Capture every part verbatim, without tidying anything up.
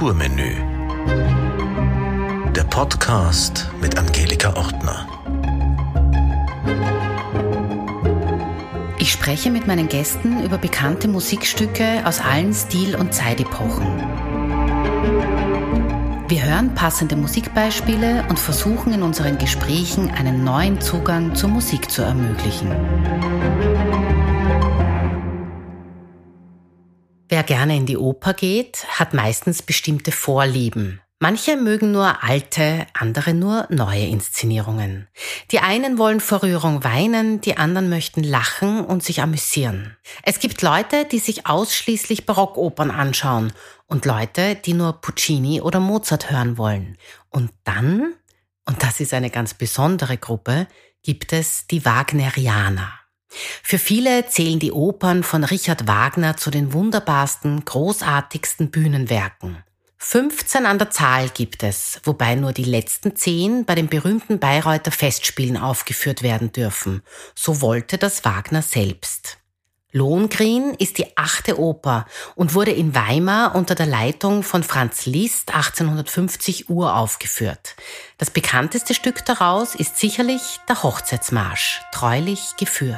Kulturmenü. Der Podcast mit Angelika Ortner. Ich spreche mit meinen Gästen über bekannte Musikstücke aus allen Stil- und Zeitepochen. Wir hören passende Musikbeispiele und versuchen in unseren Gesprächen einen neuen Zugang zur Musik zu ermöglichen. Wer gerne in die Oper geht, hat meistens bestimmte Vorlieben. Manche mögen nur alte, andere nur neue Inszenierungen. Die einen wollen vor Rührung weinen, die anderen möchten lachen und sich amüsieren. Es gibt Leute, die sich ausschließlich Barockopern anschauen und Leute, die nur Puccini oder Mozart hören wollen. Und dann, und das ist eine ganz besondere Gruppe, gibt es die Wagnerianer. Für viele zählen die Opern von Richard Wagner zu den wunderbarsten, großartigsten Bühnenwerken. fünfzehn an der Zahl gibt es, wobei nur die letzten zehn bei den berühmten Bayreuther Festspielen aufgeführt werden dürfen. So wollte das Wagner selbst. Lohengrin ist die achte Oper und wurde in Weimar unter der Leitung von Franz Liszt achtzehnhundertfünfzig uraufgeführt. Das bekannteste Stück daraus ist sicherlich der Hochzeitsmarsch, treulich geführt.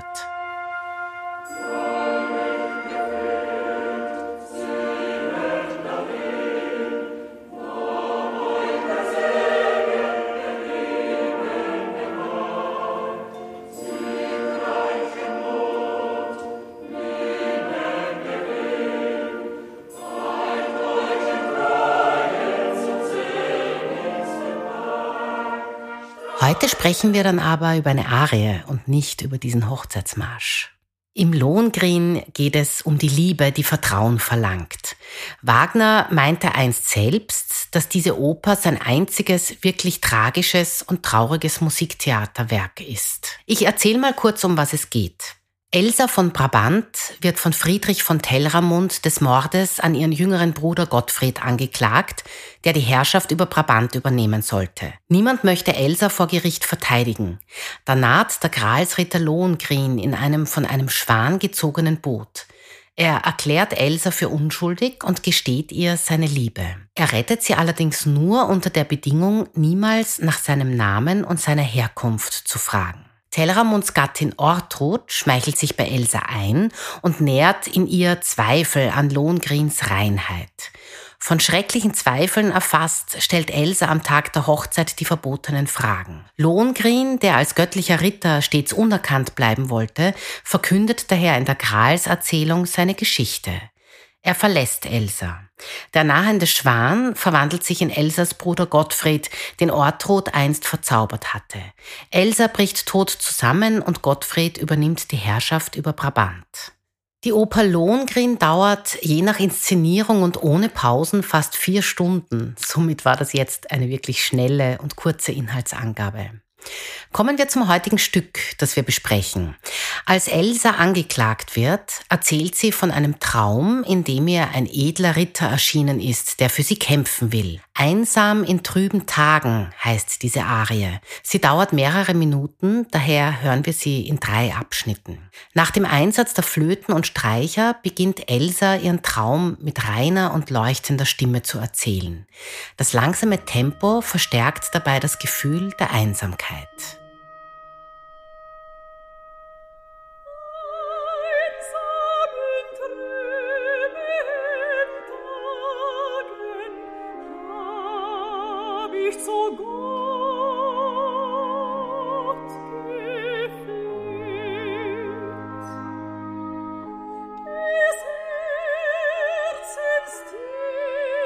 Heute sprechen wir dann aber über eine Arie und nicht über diesen Hochzeitsmarsch. Im Lohengrin geht es um die Liebe, die Vertrauen verlangt. Wagner meinte einst selbst, dass diese Oper sein einziges wirklich tragisches und trauriges Musiktheaterwerk ist. Ich erzähle mal kurz, um was es geht. Elsa von Brabant wird von Friedrich von Telramund des Mordes an ihren jüngeren Bruder Gottfried angeklagt, der die Herrschaft über Brabant übernehmen sollte. Niemand möchte Elsa vor Gericht verteidigen. Da naht der Gralsritter Lohengrin in einem von einem Schwan gezogenen Boot. Er erklärt Elsa für unschuldig und gesteht ihr seine Liebe. Er rettet sie allerdings nur unter der Bedingung, niemals nach seinem Namen und seiner Herkunft zu fragen. Telramunds Gattin Ortrud schmeichelt sich bei Elsa ein und nährt in ihr Zweifel an Lohengrins Reinheit. Von schrecklichen Zweifeln erfasst, stellt Elsa am Tag der Hochzeit die verbotenen Fragen. Lohengrin, der als göttlicher Ritter stets unerkannt bleiben wollte, verkündet daher in der Gralserzählung seine Geschichte. Er verlässt Elsa. Der nahende Schwan verwandelt sich in Elsas Bruder Gottfried, den Ortrud einst verzaubert hatte. Elsa bricht tot zusammen und Gottfried übernimmt die Herrschaft über Brabant. Die Oper Lohengrin dauert je nach Inszenierung und ohne Pausen fast vier Stunden. Somit war das jetzt eine wirklich schnelle und kurze Inhaltsangabe. Kommen wir zum heutigen Stück, das wir besprechen. Als Elsa angeklagt wird, erzählt sie von einem Traum, in dem ihr ein edler Ritter erschienen ist, der für sie kämpfen will. Einsam in trüben Tagen heißt diese Arie. Sie dauert mehrere Minuten, daher hören wir sie in drei Abschnitten. Nach dem Einsatz der Flöten und Streicher beginnt Elsa ihren Traum mit reiner und leuchtender Stimme zu erzählen. Das langsame Tempo verstärkt dabei das Gefühl der Einsamkeit.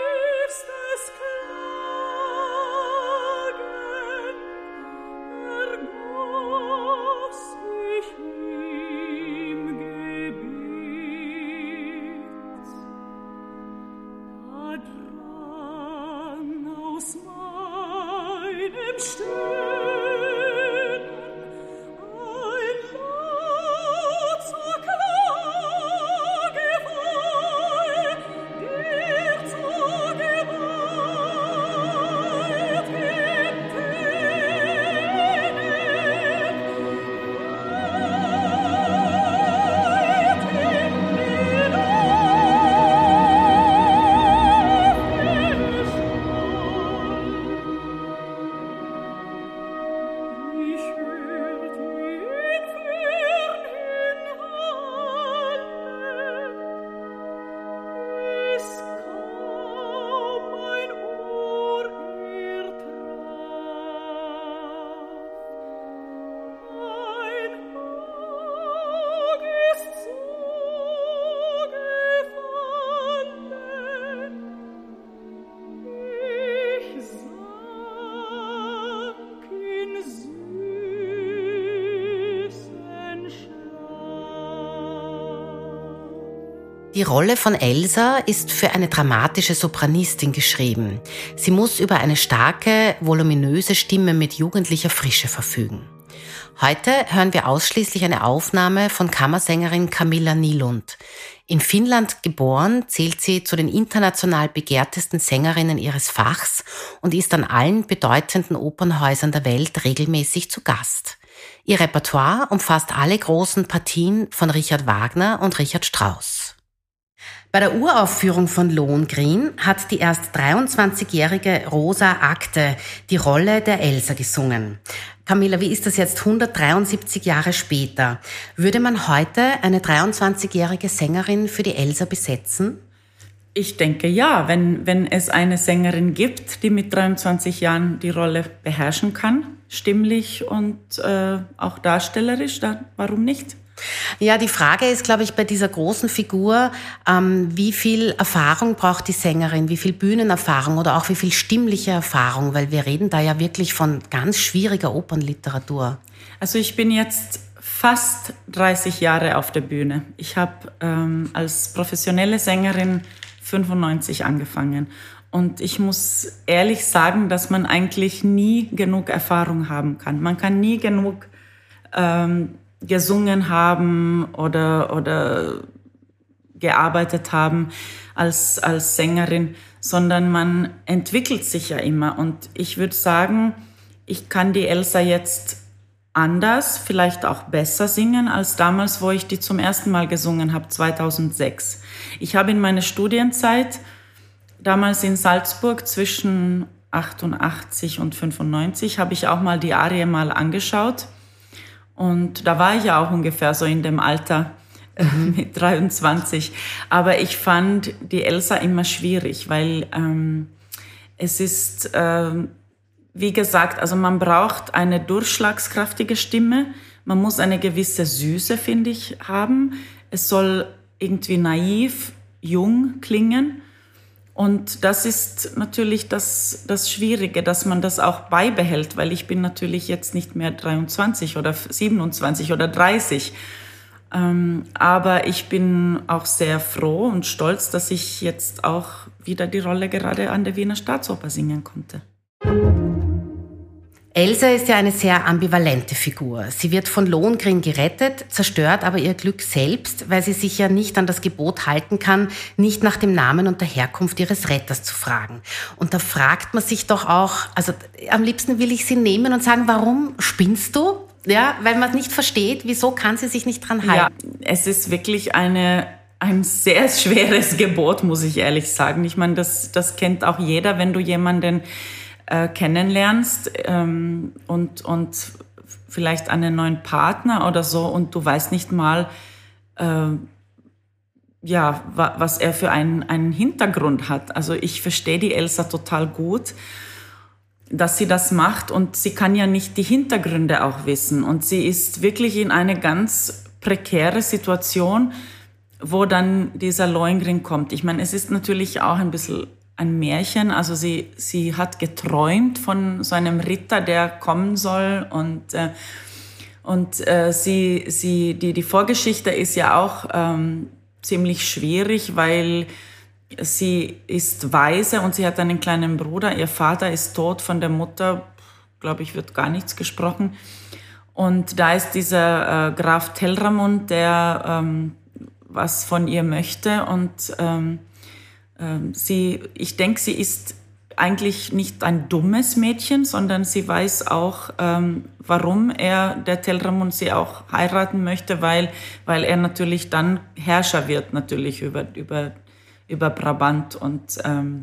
Klagen, er Die Rolle von Elsa ist für eine dramatische Sopranistin geschrieben. Sie muss über eine starke, voluminöse Stimme mit jugendlicher Frische verfügen. Heute hören wir ausschließlich eine Aufnahme von Kammersängerin Camilla Nylund. In Finnland geboren, zählt sie zu den international begehrtesten Sängerinnen ihres Fachs und ist an allen bedeutenden Opernhäusern der Welt regelmäßig zu Gast. Ihr Repertoire umfasst alle großen Partien von Richard Wagner und Richard Strauss. Bei der Uraufführung von Lohengrin hat die erst dreiundzwanzigjährige Rosa Agde die Rolle der Elsa gesungen. Camilla, wie ist das jetzt hundertdreiundsiebzig Jahre später? Würde man heute eine dreiundzwanzigjährige Sängerin für die Elsa besetzen? Ich denke ja, wenn, wenn es eine Sängerin gibt, die mit dreiundzwanzig Jahren die Rolle beherrschen kann, stimmlich und äh, auch darstellerisch, dann warum nicht? Ja, die Frage ist, glaube ich, bei dieser großen Figur, ähm, wie viel Erfahrung braucht die Sängerin, wie viel Bühnenerfahrung oder auch wie viel stimmliche Erfahrung, weil wir reden da ja wirklich von ganz schwieriger Opernliteratur. Also ich bin jetzt fast dreißig Jahre auf der Bühne. Ich habe ähm, als professionelle Sängerin fünfundneunzig angefangen. Und ich muss ehrlich sagen, dass man eigentlich nie genug Erfahrung haben kann. Man kann nie genug ähm, gesungen haben oder, oder gearbeitet haben als, als Sängerin, sondern man entwickelt sich ja immer. Und ich würde sagen, ich kann die Elsa jetzt anders, vielleicht auch besser singen als damals, wo ich die zum ersten Mal gesungen habe, zweitausendsechs. Ich habe in meiner Studienzeit, damals in Salzburg zwischen achtundachtzig und fünfundneunzig, habe ich auch mal die Arie mal angeschaut. Und da war ich ja auch ungefähr so in dem Alter äh, mit dreiundzwanzig. Aber ich fand die Elsa immer schwierig, weil ähm, es ist, äh, wie gesagt, also man braucht eine durchschlagskraftige Stimme. Man muss eine gewisse Süße, finde ich, haben. Es soll irgendwie naiv, jung klingen. Und das ist natürlich das, das Schwierige, dass man das auch beibehält, weil ich bin natürlich jetzt nicht mehr dreiundzwanzig oder siebenundzwanzig oder dreißig. Ähm, aber ich bin auch sehr froh und stolz, dass ich jetzt auch wieder die Rolle gerade an der Wiener Staatsoper singen konnte. Elsa ist ja eine sehr ambivalente Figur. Sie wird von Lohengrin gerettet, zerstört aber ihr Glück selbst, weil sie sich ja nicht an das Gebot halten kann, nicht nach dem Namen und der Herkunft ihres Retters zu fragen. Und da fragt man sich doch auch, also am liebsten will ich sie nehmen und sagen, warum spinnst du? Ja, weil man nicht versteht, wieso kann sie sich nicht dran halten? Ja, es ist wirklich eine, ein sehr schweres Gebot, muss ich ehrlich sagen. Ich meine, das, das kennt auch jeder, wenn du jemanden äh, kennenlernst ähm, und, und vielleicht einen neuen Partner oder so und du weißt nicht mal, äh, ja, wa, was er für einen, einen Hintergrund hat. Also ich verstehe die Elsa total gut, dass sie das macht und sie kann ja nicht die Hintergründe auch wissen und sie ist wirklich in eine ganz prekäre Situation, wo dann dieser Lohengrin kommt. Ich meine, es ist natürlich auch ein bisschen ein Märchen, also sie, sie hat geträumt von so einem Ritter, der kommen soll und, äh, und äh, sie, sie, die, die Vorgeschichte ist ja auch ähm, ziemlich schwierig, weil sie ist Waise und sie hat einen kleinen Bruder. Ihr Vater ist tot, von der Mutter, glaube ich, wird gar nichts gesprochen. Und da ist dieser äh, Graf Telramund, der ähm, was von ihr möchte. Und ähm, ähm, sie, ich denke, sie ist eigentlich nicht ein dummes Mädchen, sondern sie weiß auch, ähm, warum er, der Telramund, sie auch heiraten möchte, weil, weil er natürlich dann Herrscher wird, natürlich über, über über Brabant und ähm,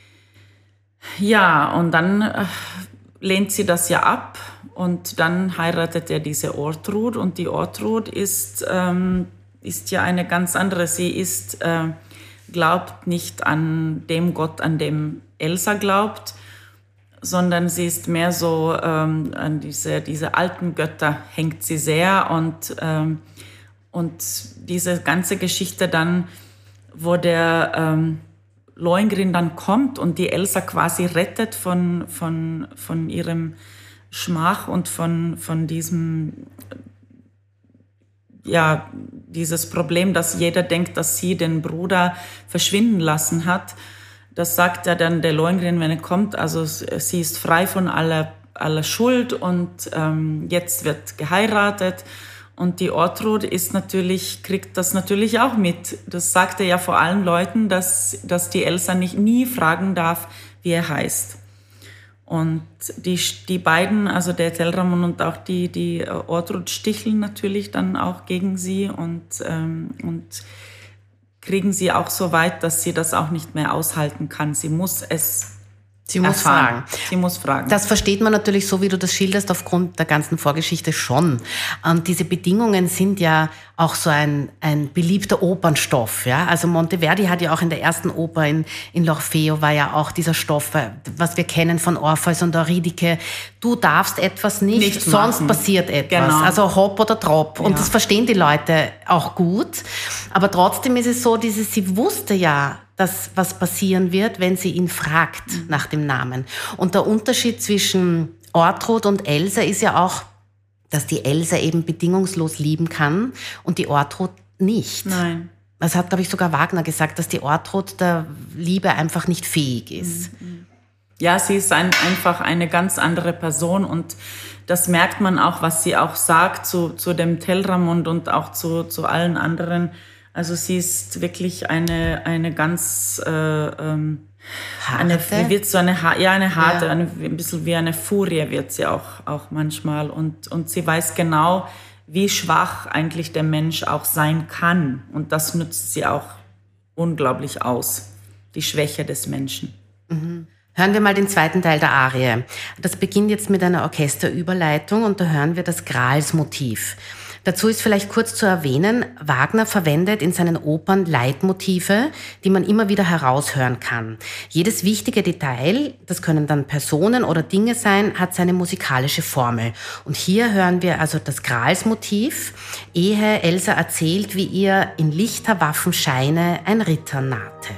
ja, und dann äh, lehnt sie das ja ab und dann heiratet er diese Ortrud und die Ortrud ist, ähm, ist ja eine ganz andere. Sie ist, äh, glaubt nicht an dem Gott, an dem Elsa glaubt, sondern sie ist mehr so, ähm, an diese, diese alten Götter hängt sie sehr und, ähm, und diese ganze Geschichte dann, wo der ähm, Lohengrin dann kommt und die Elsa quasi rettet von, von, von ihrem Schmach und von, von diesem, ja, dieses Problem, dass jeder denkt, dass sie den Bruder verschwinden lassen hat. Das sagt ja dann der Lohengrin, wenn er kommt. Also sie ist frei von aller, aller Schuld und ähm, jetzt wird geheiratet. Und die Ortrud ist natürlich, kriegt das natürlich auch mit. Das sagt er ja vor allen Leuten, dass, dass die Elsa nicht nie fragen darf, wie er heißt. Und die, die beiden, also der Telramund und auch die, die Ortrud, sticheln natürlich dann auch gegen sie und, ähm, und kriegen sie auch so weit, dass sie das auch nicht mehr aushalten kann. Sie muss es Sie muss erfahren. fragen. Sie muss fragen. Das versteht man natürlich so, wie du das schilderst, aufgrund der ganzen Vorgeschichte schon. Und diese Bedingungen sind ja auch so ein, ein beliebter Opernstoff. Ja? Also Monteverdi hat ja auch in der ersten Oper in, in L'Orfeo war ja auch dieser Stoff, was wir kennen von Orpheus und Eurydike. Du darfst etwas nicht, nicht sonst machen. passiert etwas. Genau. Also hopp oder trop. Und ja. das verstehen die Leute auch gut. Aber trotzdem ist es so, dieses, sie wusste ja, das, was passieren wird, wenn sie ihn fragt mhm. nach dem Namen. Und der Unterschied zwischen Ortrud und Elsa ist ja auch, dass die Elsa eben bedingungslos lieben kann und die Ortrud nicht. Nein. Das hat, glaube ich, sogar Wagner gesagt, dass die Ortrud der Liebe einfach nicht fähig ist. Ja, sie ist ein, einfach eine ganz andere Person und das merkt man auch, was sie auch sagt zu, zu dem Telramund und auch zu, zu allen anderen. Also sie ist wirklich eine, eine ganz, äh, ähm, eine, wie wird so eine, ja, eine harte, ja. eine, ein bisschen wie eine Furie wird sie auch, auch manchmal. Und, und sie weiß genau, wie schwach eigentlich der Mensch auch sein kann. Und das nutzt sie auch unglaublich aus, die Schwäche des Menschen. Mhm. Hören wir mal den zweiten Teil der Arie. Das beginnt jetzt mit einer Orchesterüberleitung und da hören wir das Gralsmotiv. Dazu ist vielleicht kurz zu erwähnen, Wagner verwendet in seinen Opern Leitmotive, die man immer wieder heraushören kann. Jedes wichtige Detail, das können dann Personen oder Dinge sein, hat seine musikalische Formel. Und hier hören wir also das Gralsmotiv, ehe Elsa erzählt, wie ihr in lichter Waffenscheine ein Ritter nahte.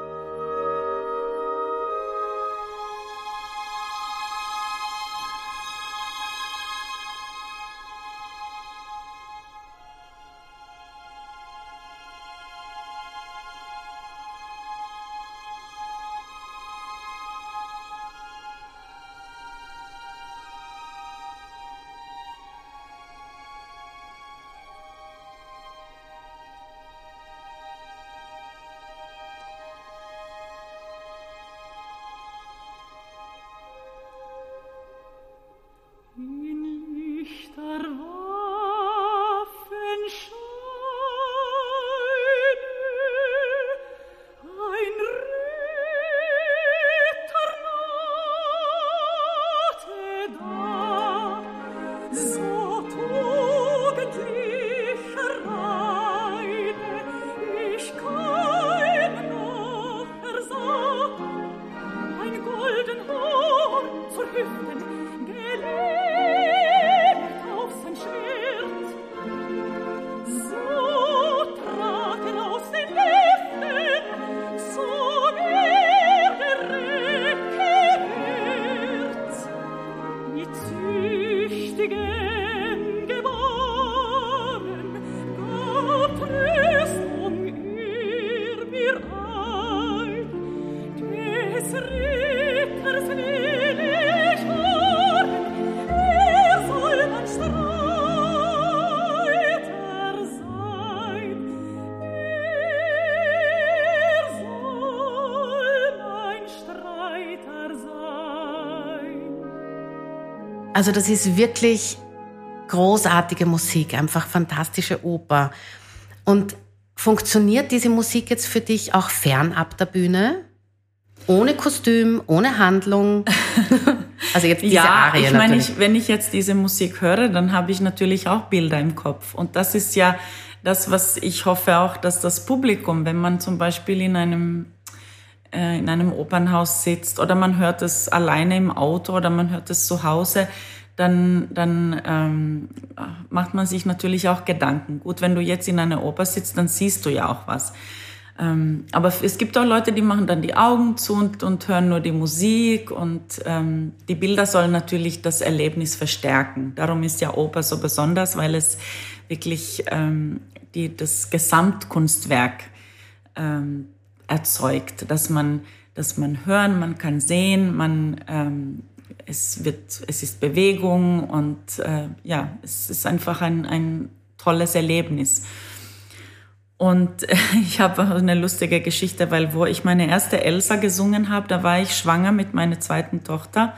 Also das ist wirklich großartige Musik, einfach fantastische Oper. Und funktioniert diese Musik jetzt für dich auch fernab der Bühne? Ohne Kostüm, ohne Handlung? Also jetzt diese ja, Arie ich meine, natürlich. ich, wenn ich jetzt diese Musik höre, dann habe ich natürlich auch Bilder im Kopf. Und das ist ja das, was ich hoffe auch, dass das Publikum, wenn man zum Beispiel in einem in einem Opernhaus sitzt oder man hört es alleine im Auto oder man hört es zu Hause, dann, dann ähm, macht man sich natürlich auch Gedanken. Gut, wenn du jetzt in einer Oper sitzt, dann siehst du ja auch was. Ähm, aber es gibt auch Leute, die machen dann die Augen zu und, und hören nur die Musik. Und ähm, die Bilder sollen natürlich das Erlebnis verstärken. Darum ist ja Oper so besonders, weil es wirklich ähm, die, das Gesamtkunstwerk ähm, erzeugt, dass man, dass man hören, man kann sehen, man, ähm, es wird, es ist Bewegung und äh, ja, es ist einfach ein, ein tolles Erlebnis. Und äh, ich habe auch eine lustige Geschichte, weil wo ich meine erste Elsa gesungen habe, da war ich schwanger mit meiner zweiten Tochter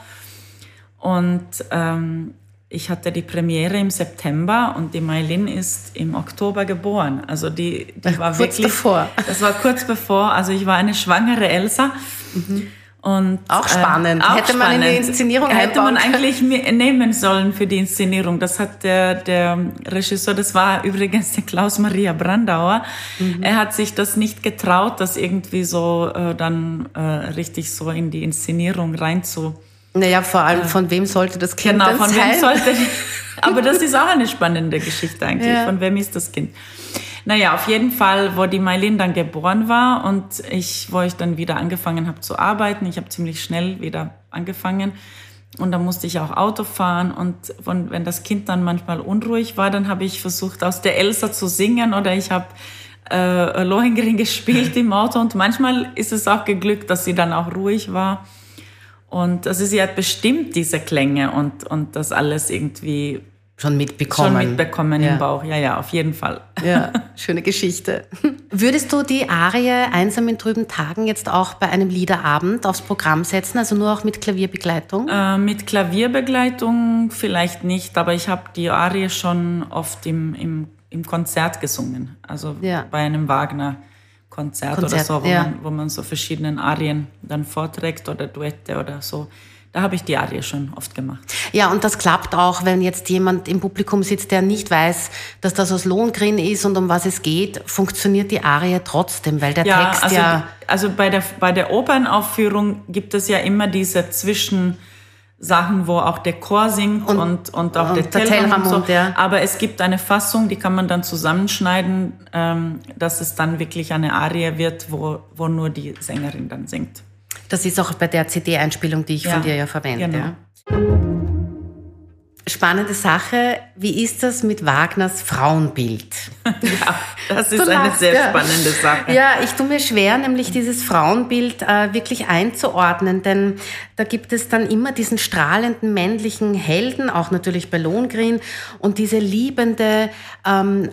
und ähm, ich hatte die Premiere im September und die Maylin ist im Oktober geboren. Also die, die war kurz wirklich... bevor. Das war kurz bevor. Also ich war eine schwangere Elsa. Mhm. Und, auch spannend. Äh, auch Hätte spannend. man in die Inszenierung Hätte man einbauen eigentlich nehmen sollen für die Inszenierung. Das hat der, der Regisseur, das war übrigens der Klaus-Maria Brandauer. Mhm. Er hat sich das nicht getraut, das irgendwie so äh, dann äh, richtig so in die Inszenierung reinzu... Naja, vor allem, von wem sollte das Kind genau, denn von sein? Wem sollte, aber das ist auch eine spannende Geschichte eigentlich. Ja. Von wem ist das Kind? Naja, auf jeden Fall, wo die Maylin dann geboren war und ich, wo ich dann wieder angefangen habe zu arbeiten, ich habe ziemlich schnell wieder angefangen und dann musste ich auch Auto fahren und von, wenn das Kind dann manchmal unruhig war, dann habe ich versucht, aus der Elsa zu singen oder ich habe äh, Lohengrin gespielt im Auto und manchmal ist es auch geglückt, dass sie dann auch ruhig war. Und also sie hat bestimmt diese Klänge und, und das alles irgendwie schon mitbekommen. Schon mitbekommen ja. im Bauch, ja, ja, auf jeden Fall. Ja, schöne Geschichte. Würdest du die Arie Einsam in trüben Tagen jetzt auch bei einem Liederabend aufs Programm setzen, also nur auch mit Klavierbegleitung? Äh, mit Klavierbegleitung vielleicht nicht, aber ich habe die Arie schon oft im, im, im Konzert gesungen, also ja. bei einem Wagner Konzert, Konzert oder so, wo, ja. man, wo man so verschiedene Arien dann vorträgt oder Duette oder so. Da habe ich die Arie schon oft gemacht. Ja, und das klappt auch, wenn jetzt jemand im Publikum sitzt, der nicht weiß, dass das aus Lohengrin ist und um was es geht, funktioniert die Arie trotzdem, weil der ja, Text also, ja... Also bei der, bei der Opernaufführung gibt es ja immer diese Zwischen... Sachen, wo auch der Chor singt und, und, und auch und der Tellraum und so. Ja. Aber es gibt eine Fassung, die kann man dann zusammenschneiden, ähm, dass es dann wirklich eine Arie wird, wo, wo nur die Sängerin dann singt. Das ist auch bei der C D-Einspielung, die ich ja, von dir ja verwende. Genau. Ja. Spannende Sache. Wie ist das mit Wagners Frauenbild? Ja, das ist eine sehr ja. spannende Sache. Ja, ich tue mir schwer, nämlich dieses Frauenbild äh, wirklich einzuordnen, denn da gibt es dann immer diesen strahlenden männlichen Helden, auch natürlich bei Lohengrin, und diese liebende, ähm,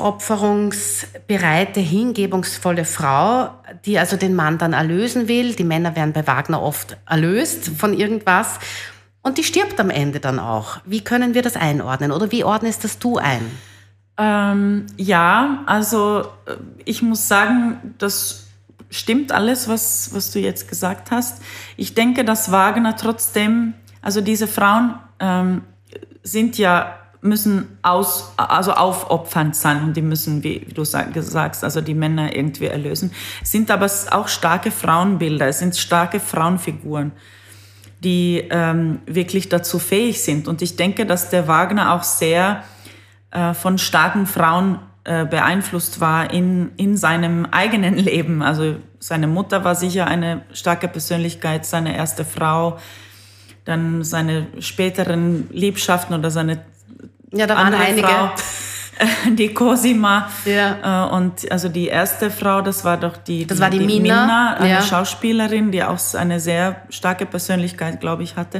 aufopferungsbereite, hingebungsvolle Frau, die also den Mann dann erlösen will. Die Männer werden bei Wagner oft erlöst von irgendwas. Und die stirbt am Ende dann auch. Wie können wir das einordnen? Oder wie ordnest das du ein? Ähm, ja, also ich muss sagen, das stimmt alles, was, was du jetzt gesagt hast. Ich denke, dass Wagner trotzdem, also diese Frauen ähm, sind ja, müssen aus, also aufopfernd sein und die müssen, wie du sagst, also die Männer irgendwie erlösen. Es sind aber auch starke Frauenbilder, es sind starke Frauenfiguren, die ähm, wirklich dazu fähig sind. Und ich denke, dass der Wagner auch sehr äh, von starken Frauen äh, beeinflusst war in, in seinem eigenen Leben. Also seine Mutter war sicher eine starke Persönlichkeit, seine erste Frau, dann seine späteren Liebschaften oder seine ja, da waren andere einige. Frau. Die Cosima ja. äh, und also die erste Frau, das war doch die, das die, war die, die Mina, Mina, eine ja. Schauspielerin, die auch eine sehr starke Persönlichkeit, glaube ich, hatte.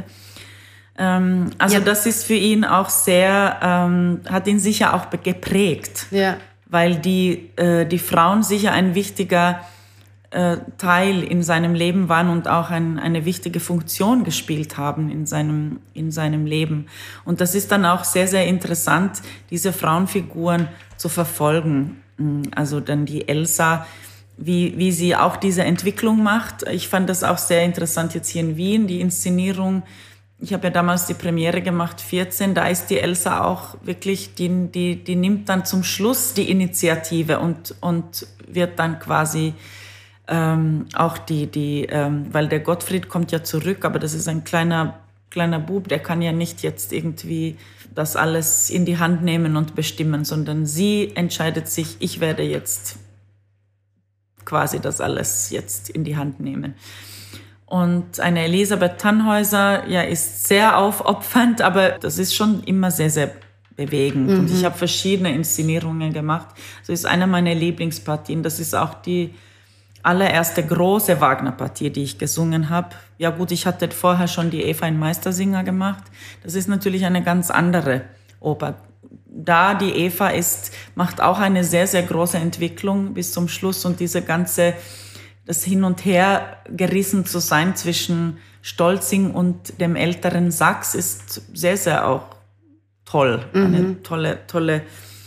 Ähm, also ja. das ist für ihn auch sehr, ähm, hat ihn sicher auch geprägt, ja. weil die, äh, die Frauen sicher ein wichtiger äh, Teil in seinem Leben waren und auch ein, eine wichtige Funktion gespielt haben in seinem, in seinem Leben. Und das ist dann auch sehr, sehr interessant, diese Frauenfiguren zu verfolgen. Also dann die Elsa, wie, wie sie auch diese Entwicklung macht. Ich fand das auch sehr interessant jetzt hier in Wien, die Inszenierung. Ich habe ja damals die Premiere gemacht, vierzehn, da ist die Elsa auch wirklich, die, die, die nimmt dann zum Schluss die Initiative und, und wird dann quasi Ähm, auch die, die ähm, weil der Gottfried kommt ja zurück, aber das ist ein kleiner, kleiner Bub, der kann ja nicht jetzt irgendwie das alles in die Hand nehmen und bestimmen, sondern sie entscheidet sich, ich werde jetzt quasi das alles jetzt in die Hand nehmen. Und eine Elisabeth Tannhäuser, ja, ist sehr aufopfernd, aber das ist schon immer sehr, sehr bewegend. Mhm. Und ich habe verschiedene Inszenierungen gemacht. Das ist eine meiner Lieblingspartien. Das ist auch die allererste große Wagner-Partie, die ich gesungen habe. Ja gut, ich hatte vorher schon die Eva in Meistersinger gemacht. Das ist natürlich eine ganz andere Oper. Da die Eva ist, macht auch eine sehr, sehr große Entwicklung bis zum Schluss. Und diese ganze, das Hin und Her gerissen zu sein zwischen Stolzing und dem älteren Sachs ist sehr, sehr auch toll. Mhm. Eine tolle, tolle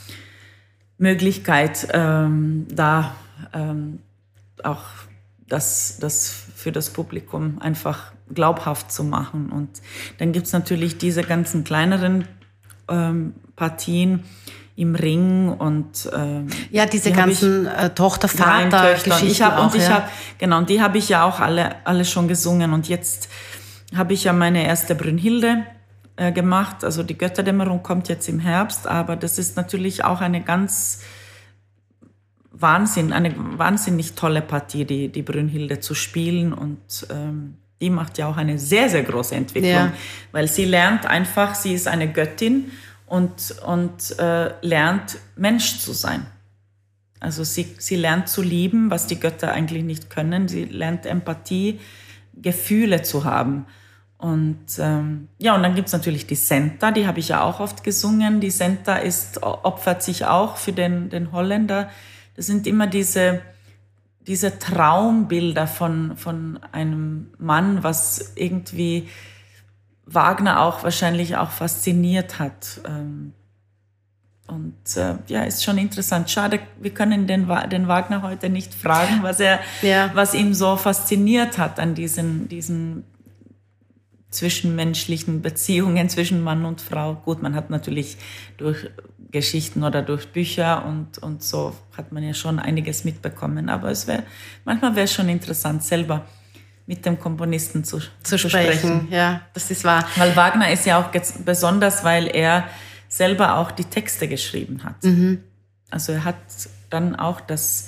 Möglichkeit, ähm, da ähm, auch das, das für das Publikum einfach glaubhaft zu machen. Und dann gibt's natürlich diese ganzen kleineren ähm, Partien im Ring und ähm, ja, diese ganzen äh, Tochter-Vater-Geschichten ich hab, auch, und ich ja. habe genau, und die habe ich ja auch alle alle schon gesungen. Und jetzt habe ich ja meine erste Brünnhilde äh, gemacht. Also die Götterdämmerung kommt jetzt im Herbst, aber das ist natürlich auch eine ganz Wahnsinn, eine wahnsinnig tolle Partie, die die Brünnhilde zu spielen. Und ähm, die macht ja auch eine sehr, sehr große Entwicklung, ja. Weil sie lernt einfach, sie ist eine Göttin und, und äh, lernt, Mensch zu sein. Also sie, sie lernt zu lieben, was die Götter eigentlich nicht können. Sie lernt Empathie, Gefühle zu haben. Und ähm, ja, und dann gibt's natürlich die Senta, die habe ich ja auch oft gesungen. Die Senta ist, opfert sich auch für den, den Holländer. Das sind immer diese, diese Traumbilder von, von einem Mann, was irgendwie Wagner auch wahrscheinlich auch fasziniert hat. Und äh, ja, ist schon interessant. Schade, wir können den, den Wagner heute nicht fragen, was er, ja. was ihm so fasziniert hat an diesen, diesen zwischenmenschlichen Beziehungen zwischen Mann und Frau. Gut, man hat natürlich durch Geschichten oder durch Bücher und, und so hat man ja schon einiges mitbekommen. Aber es wäre, manchmal wäre es schon interessant, selber mit dem Komponisten zu, zu, zu sprechen. sprechen. Ja, das ist wahr. Weil Wagner ist ja auch besonders, weil er selber auch die Texte geschrieben hat. Mhm. Also er hat dann auch das,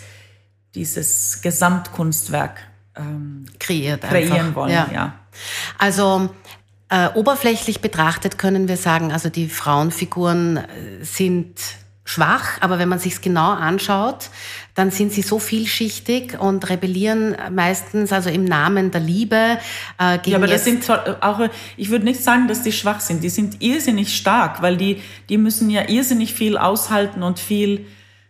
dieses Gesamtkunstwerk ähm, kreiert kreieren einfach. wollen. Ja. Ja. Also äh, oberflächlich betrachtet können wir sagen, also die Frauenfiguren sind schwach, aber wenn man sich's genau anschaut, dann sind sie so vielschichtig und rebellieren meistens also im Namen der Liebe äh, gegen. Ja, aber das sind auch, ich würde nicht sagen, dass die schwach sind. Die sind irrsinnig stark, weil die, die müssen ja irrsinnig viel aushalten und viel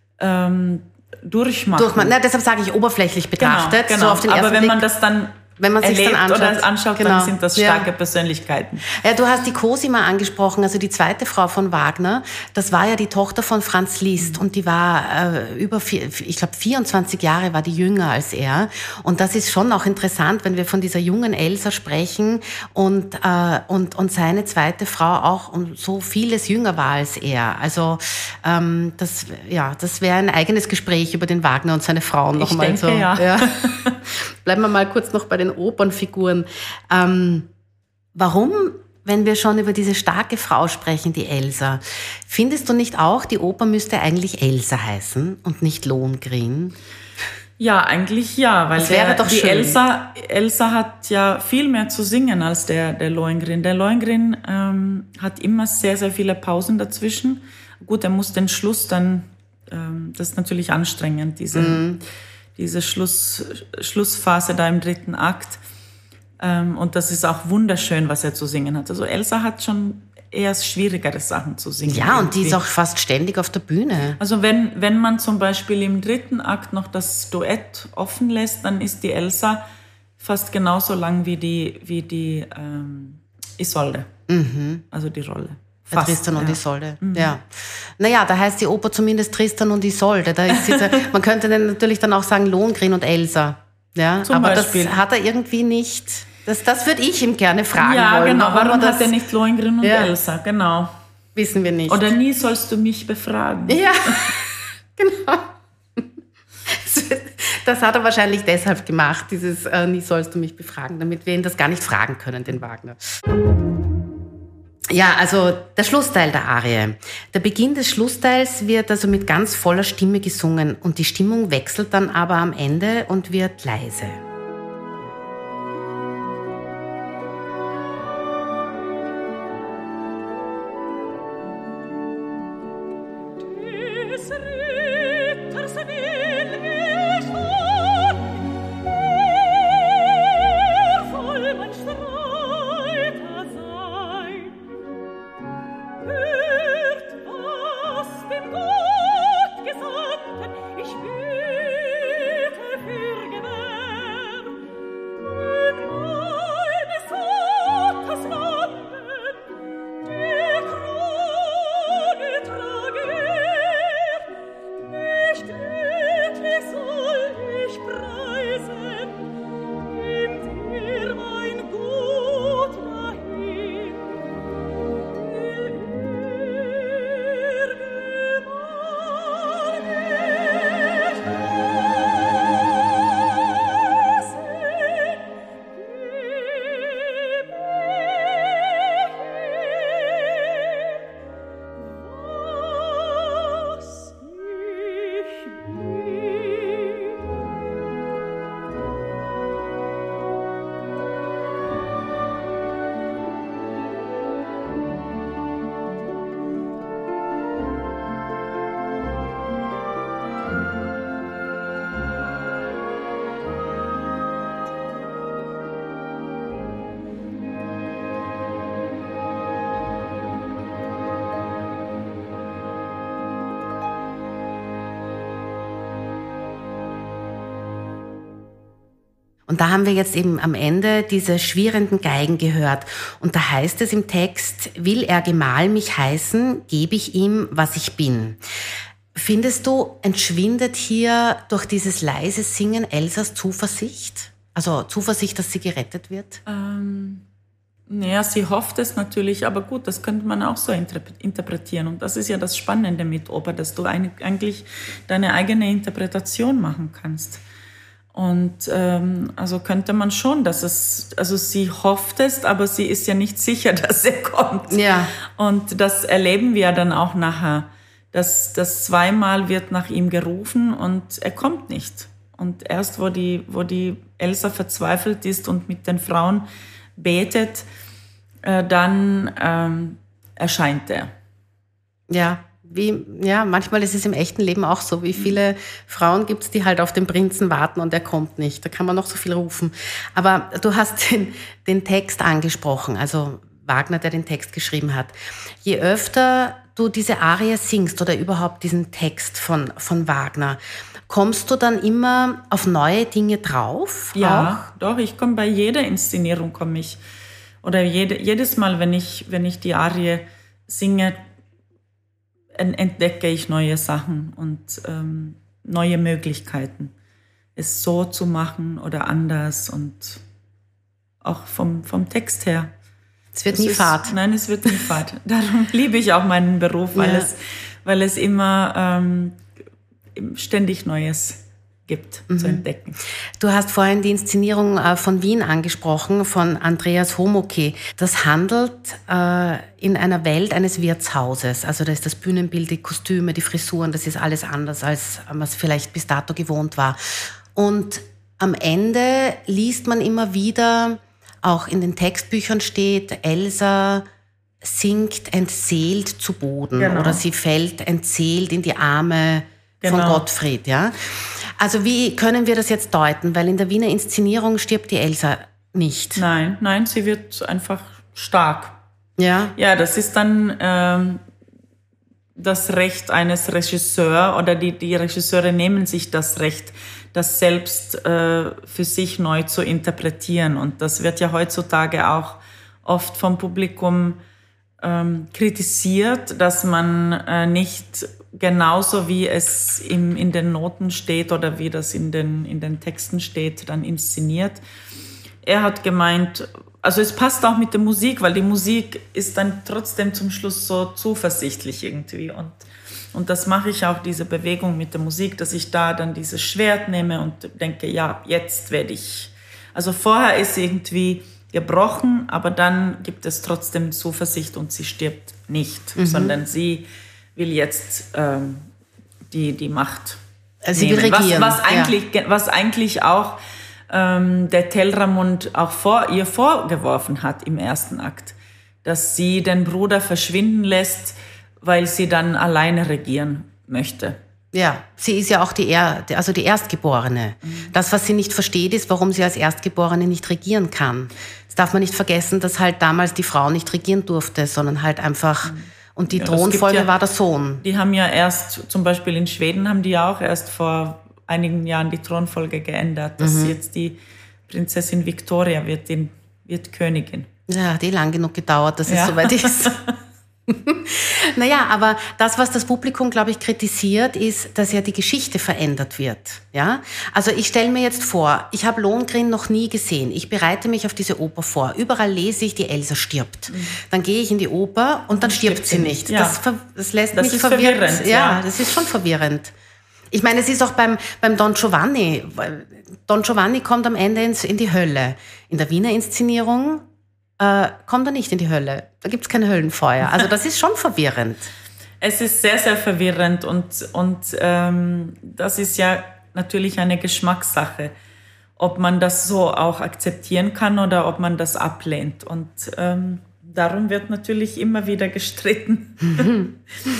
ähm, durchmachen. Durchmachen. Na, deshalb sage ich oberflächlich betrachtet. Genau, genau. So auf den aber ersten wenn Blick, man das dann wenn man sich dann anschaut, oder anschaut genau. dann sind das starke ja. Persönlichkeiten. Ja, du hast die Cosima angesprochen, also die zweite Frau von Wagner. Das war ja die Tochter von Franz Liszt und die war äh, über, vier, ich glaube, vierundzwanzig Jahre war die jünger als er. Und das ist schon auch interessant, wenn wir von dieser jungen Elsa sprechen und äh, und und seine zweite Frau auch um so vieles jünger war als er. Also ähm, das ja, das wäre ein eigenes Gespräch über den Wagner und seine Frauen noch ich mal denke, so. Ja. Ja. Bleiben wir mal kurz noch bei den Opernfiguren. Ähm, warum, wenn wir schon über diese starke Frau sprechen, die Elsa, findest du nicht auch, die Oper müsste eigentlich Elsa heißen und nicht Lohengrin? Ja, eigentlich ja, weil das wäre der, doch die schön. Elsa, Elsa hat ja viel mehr zu singen als der, der Lohengrin. Der Lohengrin ähm, hat immer sehr, sehr viele Pausen dazwischen. Gut, er muss den Schluss dann, ähm, das ist natürlich anstrengend, diese... Mm. diese Schluss, Schlussphase da im dritten Akt. Ähm, und das ist auch wunderschön, was er zu singen hat. Also Elsa hat schon eher schwierigere Sachen zu singen. Ja, irgendwie. Und die ist auch fast ständig auf der Bühne. Also wenn, wenn man zum Beispiel im dritten Akt noch das Duett offen lässt, dann ist die Elsa fast genauso lang wie die, wie die ähm, Isolde. Mhm. Also die Rolle. Fast, Tristan und ja. Isolde, mhm. ja. Naja, da heißt die Oper zumindest Tristan und Isolde. Da ist diese, man könnte dann natürlich dann auch sagen Lohengrin und Elsa. Ja, Zum aber Beispiel. Das hat er irgendwie nicht. Das, das würde ich ihm gerne fragen ja, wollen. Ja, genau. Warum das, hat er nicht Lohengrin und ja. Elsa? Genau. Wissen wir nicht. Oder nie sollst du mich befragen. Ja, genau. Das hat er wahrscheinlich deshalb gemacht, dieses äh, nie sollst du mich befragen, damit wir ihn das gar nicht fragen können, den Wagner. Ja, also der Schlussteil der Arie. Der Beginn des Schlussteils wird also mit ganz voller Stimme gesungen und die Stimmung wechselt dann aber am Ende und wird leise. Und da haben wir jetzt eben am Ende diese schwirrenden Geigen gehört. Und da heißt es im Text, will er Gemahl mich heißen, gebe ich ihm, was ich bin. Findest du, entschwindet hier durch dieses leise Singen Elsas Zuversicht? Also Zuversicht, dass sie gerettet wird? Ähm, naja, sie hofft es natürlich, aber gut, das könnte man auch so interpretieren. Und das ist ja das Spannende mit Oper, dass du eigentlich deine eigene Interpretation machen kannst. Und ähm, also könnte man schon, dass es, also sie hofft es, aber sie ist ja nicht sicher, dass er kommt. Ja. Und das erleben wir dann auch nachher, dass das zweimal wird nach ihm gerufen und er kommt nicht. Und erst, wo die, wo die Elsa verzweifelt ist und mit den Frauen betet, äh, dann ähm, erscheint er. Ja. Wie, ja, manchmal ist es im echten Leben auch so. Wie viele Frauen gibt es, die halt auf den Prinzen warten und er kommt nicht. Da kann man noch so viel rufen. Aber du hast den, den Text angesprochen, also Wagner, der den Text geschrieben hat. Je öfter du diese Arie singst oder überhaupt diesen Text von, von Wagner, kommst du dann immer auf neue Dinge drauf? Ja, auch? Doch, ich komme bei jeder Inszenierung, komme ich. Oder jede, jedes Mal, wenn ich, wenn ich die Arie singe, entdecke ich neue Sachen und ähm, neue Möglichkeiten, es so zu machen oder anders und auch vom, vom Text her. Es wird es nie ist, Fad. Nein, es wird nie Fad. Darum liebe ich auch meinen Beruf, weil, ja. es, weil es immer ähm, ständig Neues gibt, mhm. zu entdecken. Du hast vorhin die Inszenierung äh, von Wien angesprochen, von Andreas Homoky. Das handelt äh, in einer Welt eines Wirtshauses. Also da ist das Bühnenbild, die Kostüme, die Frisuren, das ist alles anders, als man es vielleicht bis dato gewohnt war. Und am Ende liest man immer wieder, auch in den Textbüchern steht, Elsa sinkt entseelt zu Boden, genau. Oder sie fällt entseelt in die Arme genau. von Gottfried, ja. Also wie können wir das jetzt deuten? Weil in der Wiener Inszenierung stirbt die Elsa nicht. Nein, nein, sie wird einfach stark. Ja. Ja, das ist dann ähm, das Recht eines Regisseurs oder die, die Regisseure nehmen sich das Recht, das selbst äh, für sich neu zu interpretieren. Und das wird ja heutzutage auch oft vom Publikum ähm, kritisiert, dass man äh, nicht genauso wie es im, in den Noten steht oder wie das in den, in den Texten steht, dann inszeniert. Er hat gemeint, also es passt auch mit der Musik, weil die Musik ist dann trotzdem zum Schluss so zuversichtlich irgendwie. Und, und das mache ich auch, diese Bewegung mit der Musik, dass ich da dann dieses Schwert nehme und denke, ja, jetzt werde ich. Also vorher ist irgendwie gebrochen, aber dann gibt es trotzdem Zuversicht und sie stirbt nicht, mhm. sondern sie will jetzt ähm, die, die Macht also sie nehmen. will regieren. Was, was, eigentlich, ja. was eigentlich auch ähm, der Telramund auch vor, ihr vorgeworfen hat im ersten Akt, dass sie den Bruder verschwinden lässt, weil sie dann alleine regieren möchte. Ja, sie ist ja auch die, er, also die Erstgeborene. Mhm. Das, was sie nicht versteht, ist, warum sie als Erstgeborene nicht regieren kann. Das darf man nicht vergessen, dass halt damals die Frau nicht regieren durfte, sondern halt einfach, mhm. und die ja, Thronfolge ja, war der Sohn. Die haben ja erst, zum Beispiel in Schweden haben die ja auch erst vor einigen Jahren die Thronfolge geändert, dass mhm. jetzt die Prinzessin Victoria wird, in, wird Königin. Ja, die lang genug gedauert, dass ja. es soweit ist. Naja, aber das, was das Publikum, glaube ich, kritisiert, ist, dass ja die Geschichte verändert wird. Ja? Also ich stelle mir jetzt vor, ich habe Lohengrin noch nie gesehen. Ich bereite mich auf diese Oper vor. Überall lese ich, die Elsa stirbt. Mhm. Dann gehe ich in die Oper und dann stirbt, stirbt sie nicht. Ja. Das, das lässt das mich ist verwirrt. verwirrend. Ja, ja, das ist schon verwirrend. Ich meine, es ist auch beim, beim Don Giovanni. Don Giovanni kommt am Ende ins, in die Hölle. In der Wiener Inszenierung äh, kommt er nicht in die Hölle. Da gibt es kein Höllenfeuer. Also das ist schon verwirrend. Es ist sehr, sehr verwirrend und, und ähm, das ist ja natürlich eine Geschmackssache, ob man das so auch akzeptieren kann oder ob man das ablehnt. Und ähm, darum wird natürlich immer wieder gestritten. Mhm.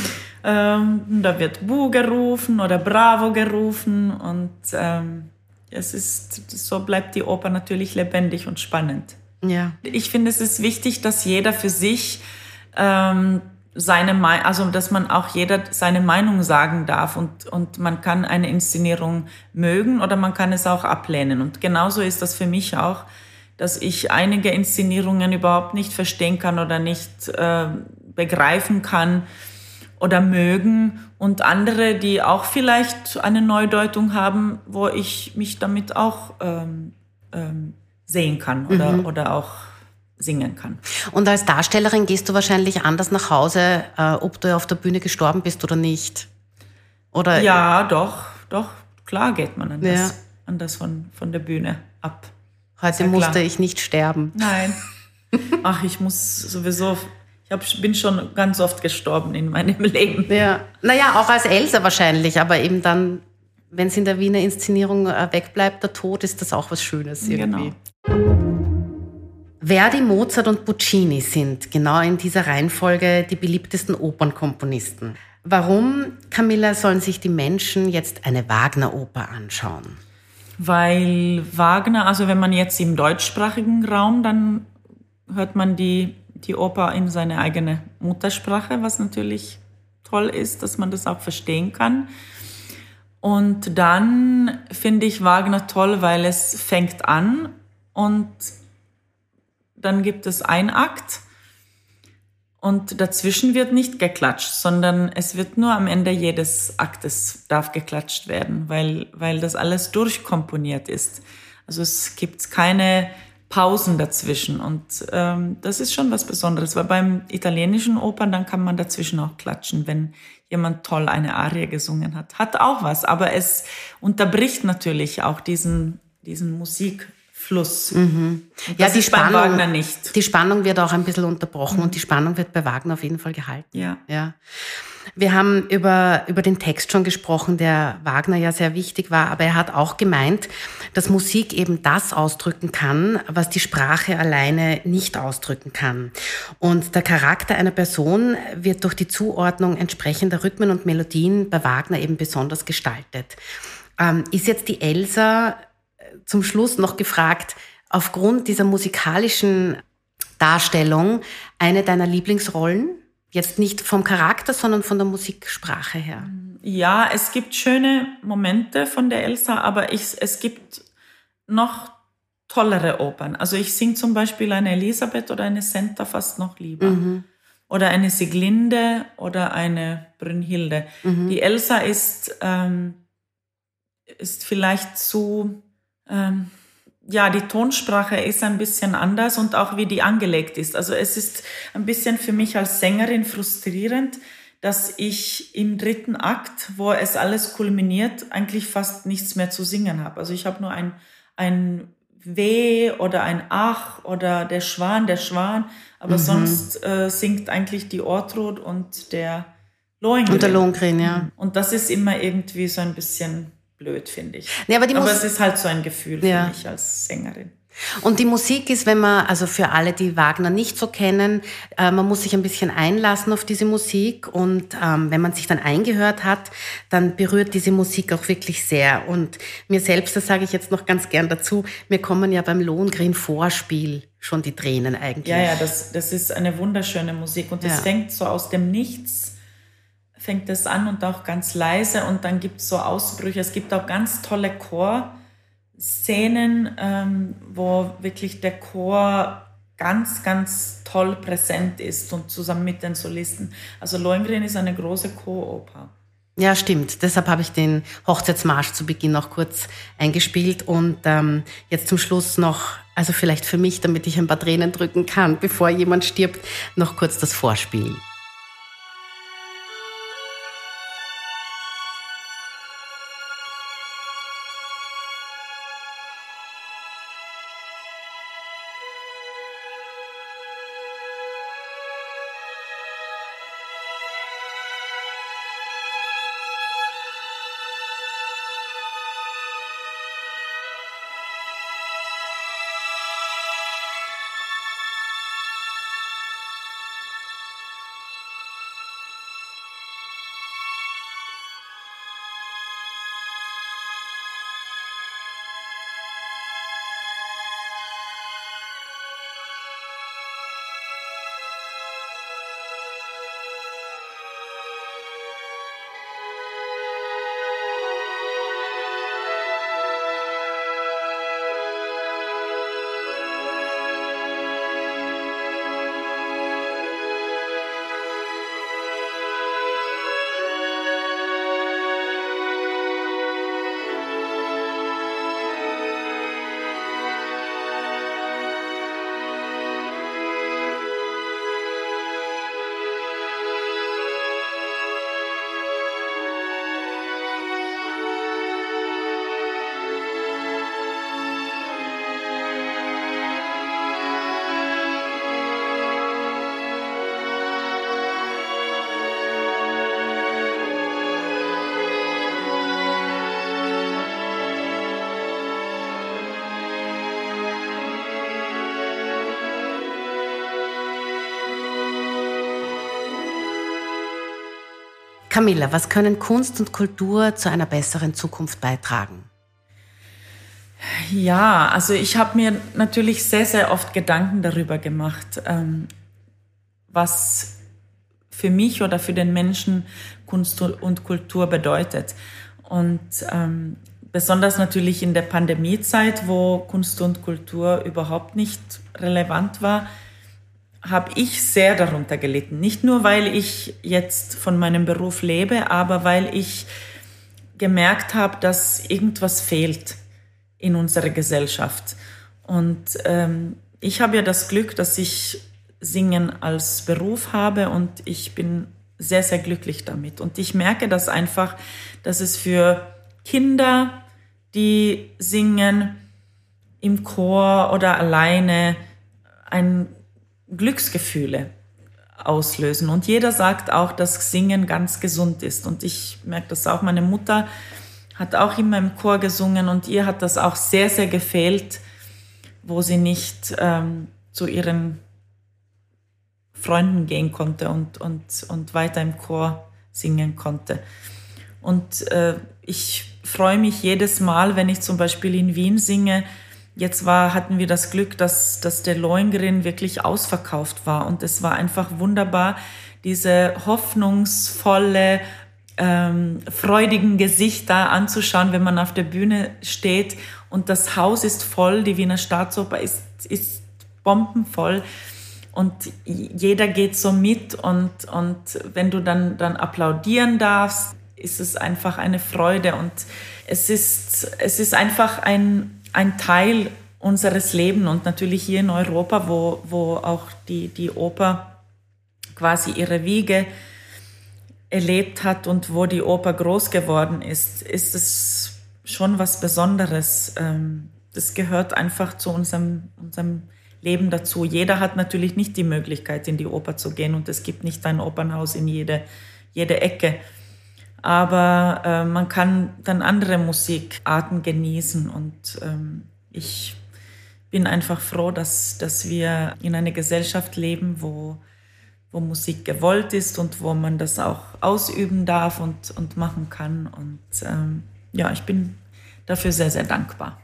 ähm, da wird Bu gerufen oder Bravo gerufen und ähm, es ist, so bleibt die Oper natürlich lebendig und spannend. Ja. Ich finde, es ist wichtig, dass jeder für sich ähm, seine Me- also dass man auch jeder seine Meinung sagen darf und, und man kann eine Inszenierung mögen oder man kann es auch ablehnen. Und genauso ist das für mich auch, dass ich einige Inszenierungen überhaupt nicht verstehen kann oder nicht äh, begreifen kann oder mögen und andere, die auch vielleicht eine Neudeutung haben, wo ich mich damit auch ähm, ähm, sehen kann oder, mhm. oder auch singen kann. Und als Darstellerin gehst du wahrscheinlich anders nach Hause, äh, ob du auf der Bühne gestorben bist oder nicht. Oder ja, doch, doch, klar geht man anders, ja. anders von, von der Bühne ab. Heute musste ich nicht sterben. Nein. Ach, ich muss sowieso, ich hab, bin schon ganz oft gestorben in meinem Leben. Ja. Naja, auch als Elsa wahrscheinlich, aber eben dann, wenn es in der Wiener Inszenierung wegbleibt, der Tod, ist das auch was Schönes irgendwie. Genau. Verdi, Mozart und Puccini sind genau in dieser Reihenfolge die beliebtesten Opernkomponisten. Warum, Camilla, sollen sich die Menschen jetzt eine Wagner-Oper anschauen? Weil Wagner, also wenn man jetzt im deutschsprachigen Raum, dann hört man die, die Oper in seine eigene Muttersprache, was natürlich toll ist, dass man das auch verstehen kann. Und dann finde ich Wagner toll, weil es fängt an und dann gibt es einen Akt und dazwischen wird nicht geklatscht, sondern es wird nur am Ende jedes Aktes darf geklatscht werden, weil, weil das alles durchkomponiert ist. Also es gibt keine Pausen dazwischen und ähm, das ist schon was Besonderes, weil beim italienischen Opern, dann kann man dazwischen auch klatschen, wenn jemand toll eine Arie gesungen hat. Hat auch was, aber es unterbricht natürlich auch diesen, diesen Musik. Fluss. Mhm. Ja, die ist Spannung, bei Wagner nicht. Die Spannung wird auch ein bisschen unterbrochen mhm. und die Spannung wird bei Wagner auf jeden Fall gehalten. Ja. Ja. Wir haben über, über den Text schon gesprochen, der Wagner ja sehr wichtig war, aber er hat auch gemeint, dass Musik eben das ausdrücken kann, was die Sprache alleine nicht ausdrücken kann. Und der Charakter einer Person wird durch die Zuordnung entsprechender Rhythmen und Melodien bei Wagner eben besonders gestaltet. Ähm, ist jetzt die Elsa zum Schluss noch gefragt, aufgrund dieser musikalischen Darstellung eine deiner Lieblingsrollen? Jetzt nicht vom Charakter, sondern von der Musiksprache her. Ja, es gibt schöne Momente von der Elsa, aber ich, es gibt noch tollere Opern. Also ich singe zum Beispiel eine Elisabeth oder eine Senta fast noch lieber. Mhm. Oder eine Sieglinde oder eine Brünnhilde. Mhm. Die Elsa ist, ähm, ist vielleicht zu... Ähm, ja, die Tonsprache ist ein bisschen anders und auch wie die angelegt ist. Also es ist ein bisschen für mich als Sängerin frustrierend, dass ich im dritten Akt, wo es alles kulminiert, eigentlich fast nichts mehr zu singen habe. Also ich habe nur ein, ein Weh oder ein Ach oder der Schwan, der Schwan. Aber mhm. sonst äh, singt eigentlich die Ortrud und der Lohengrin. Und der Lohengrin, ja. Und das ist immer irgendwie so ein bisschen blöd, finde ich. Nee, aber die aber Mus- es ist halt so ein Gefühl ja. für mich als Sängerin. Und die Musik ist, wenn man, also für alle, die Wagner nicht so kennen, äh, man muss sich ein bisschen einlassen auf diese Musik und ähm, wenn man sich dann eingehört hat, dann berührt diese Musik auch wirklich sehr. Und mir selbst, das sage ich jetzt noch ganz gern dazu, mir kommen ja beim Lohengrin-Vorspiel schon die Tränen eigentlich. Ja, ja, das, das ist eine wunderschöne Musik und das ja. fängt so aus dem Nichts, fängt es an und auch ganz leise und dann gibt es so Ausbrüche. Es gibt auch ganz tolle Chor- Szenen, ähm, wo wirklich der Chor ganz, ganz toll präsent ist und zusammen mit den Solisten. Also Lohengrin ist eine große Choroper. Ja, stimmt. Deshalb habe ich den Hochzeitsmarsch zu Beginn noch kurz eingespielt und ähm, jetzt zum Schluss noch, also vielleicht für mich, damit ich ein paar Tränen drücken kann, bevor jemand stirbt, noch kurz das Vorspiel. Camilla, was können Kunst und Kultur zu einer besseren Zukunft beitragen? Ja, also ich habe mir natürlich sehr, sehr oft Gedanken darüber gemacht, ähm, was für mich oder für den Menschen Kunst und Kultur bedeutet. Und ähm, besonders natürlich in der Pandemiezeit, wo Kunst und Kultur überhaupt nicht relevant war, habe ich sehr darunter gelitten. Nicht nur, weil ich jetzt von meinem Beruf lebe, aber weil ich gemerkt habe, dass irgendwas fehlt in unserer Gesellschaft. Und ähm, ich habe ja das Glück, dass ich Singen als Beruf habe und ich bin sehr, sehr glücklich damit. Und ich merke das einfach, dass es für Kinder, die singen im Chor oder alleine, ein Glücksgefühle auslösen. Und jeder sagt auch, dass Singen ganz gesund ist. Und ich merke das auch. Meine Mutter hat auch immer im Chor gesungen und ihr hat das auch sehr, sehr gefehlt, wo sie nicht ähm, zu ihren Freunden gehen konnte und, und, und weiter im Chor singen konnte. Und äh, ich freue mich jedes Mal, wenn ich zum Beispiel in Wien singe. Jetzt war, hatten wir das Glück, dass, dass der Lohengrin wirklich ausverkauft war. Und es war einfach wunderbar, diese hoffnungsvolle, ähm, freudigen Gesichter anzuschauen, wenn man auf der Bühne steht. Und das Haus ist voll, die Wiener Staatsoper ist, ist bombenvoll. Und jeder geht so mit. Und, und wenn du dann, dann applaudieren darfst, ist es einfach eine Freude. Und es ist, es ist einfach ein... ein Teil unseres Lebens und natürlich hier in Europa, wo, wo auch die, die Oper quasi ihre Wiege erlebt hat und wo die Oper groß geworden ist, ist es schon was Besonderes, ähm, das gehört einfach zu unserem, unserem Leben dazu. Jeder hat natürlich nicht die Möglichkeit, in die Oper zu gehen und es gibt nicht ein Opernhaus in jede, jede Ecke. Aber äh, man kann dann andere Musikarten genießen und ähm, ich bin einfach froh, dass, dass wir in einer Gesellschaft leben, wo, wo Musik gewollt ist und wo man das auch ausüben darf und, und machen kann. Und ähm, ja, ich bin dafür sehr, sehr dankbar.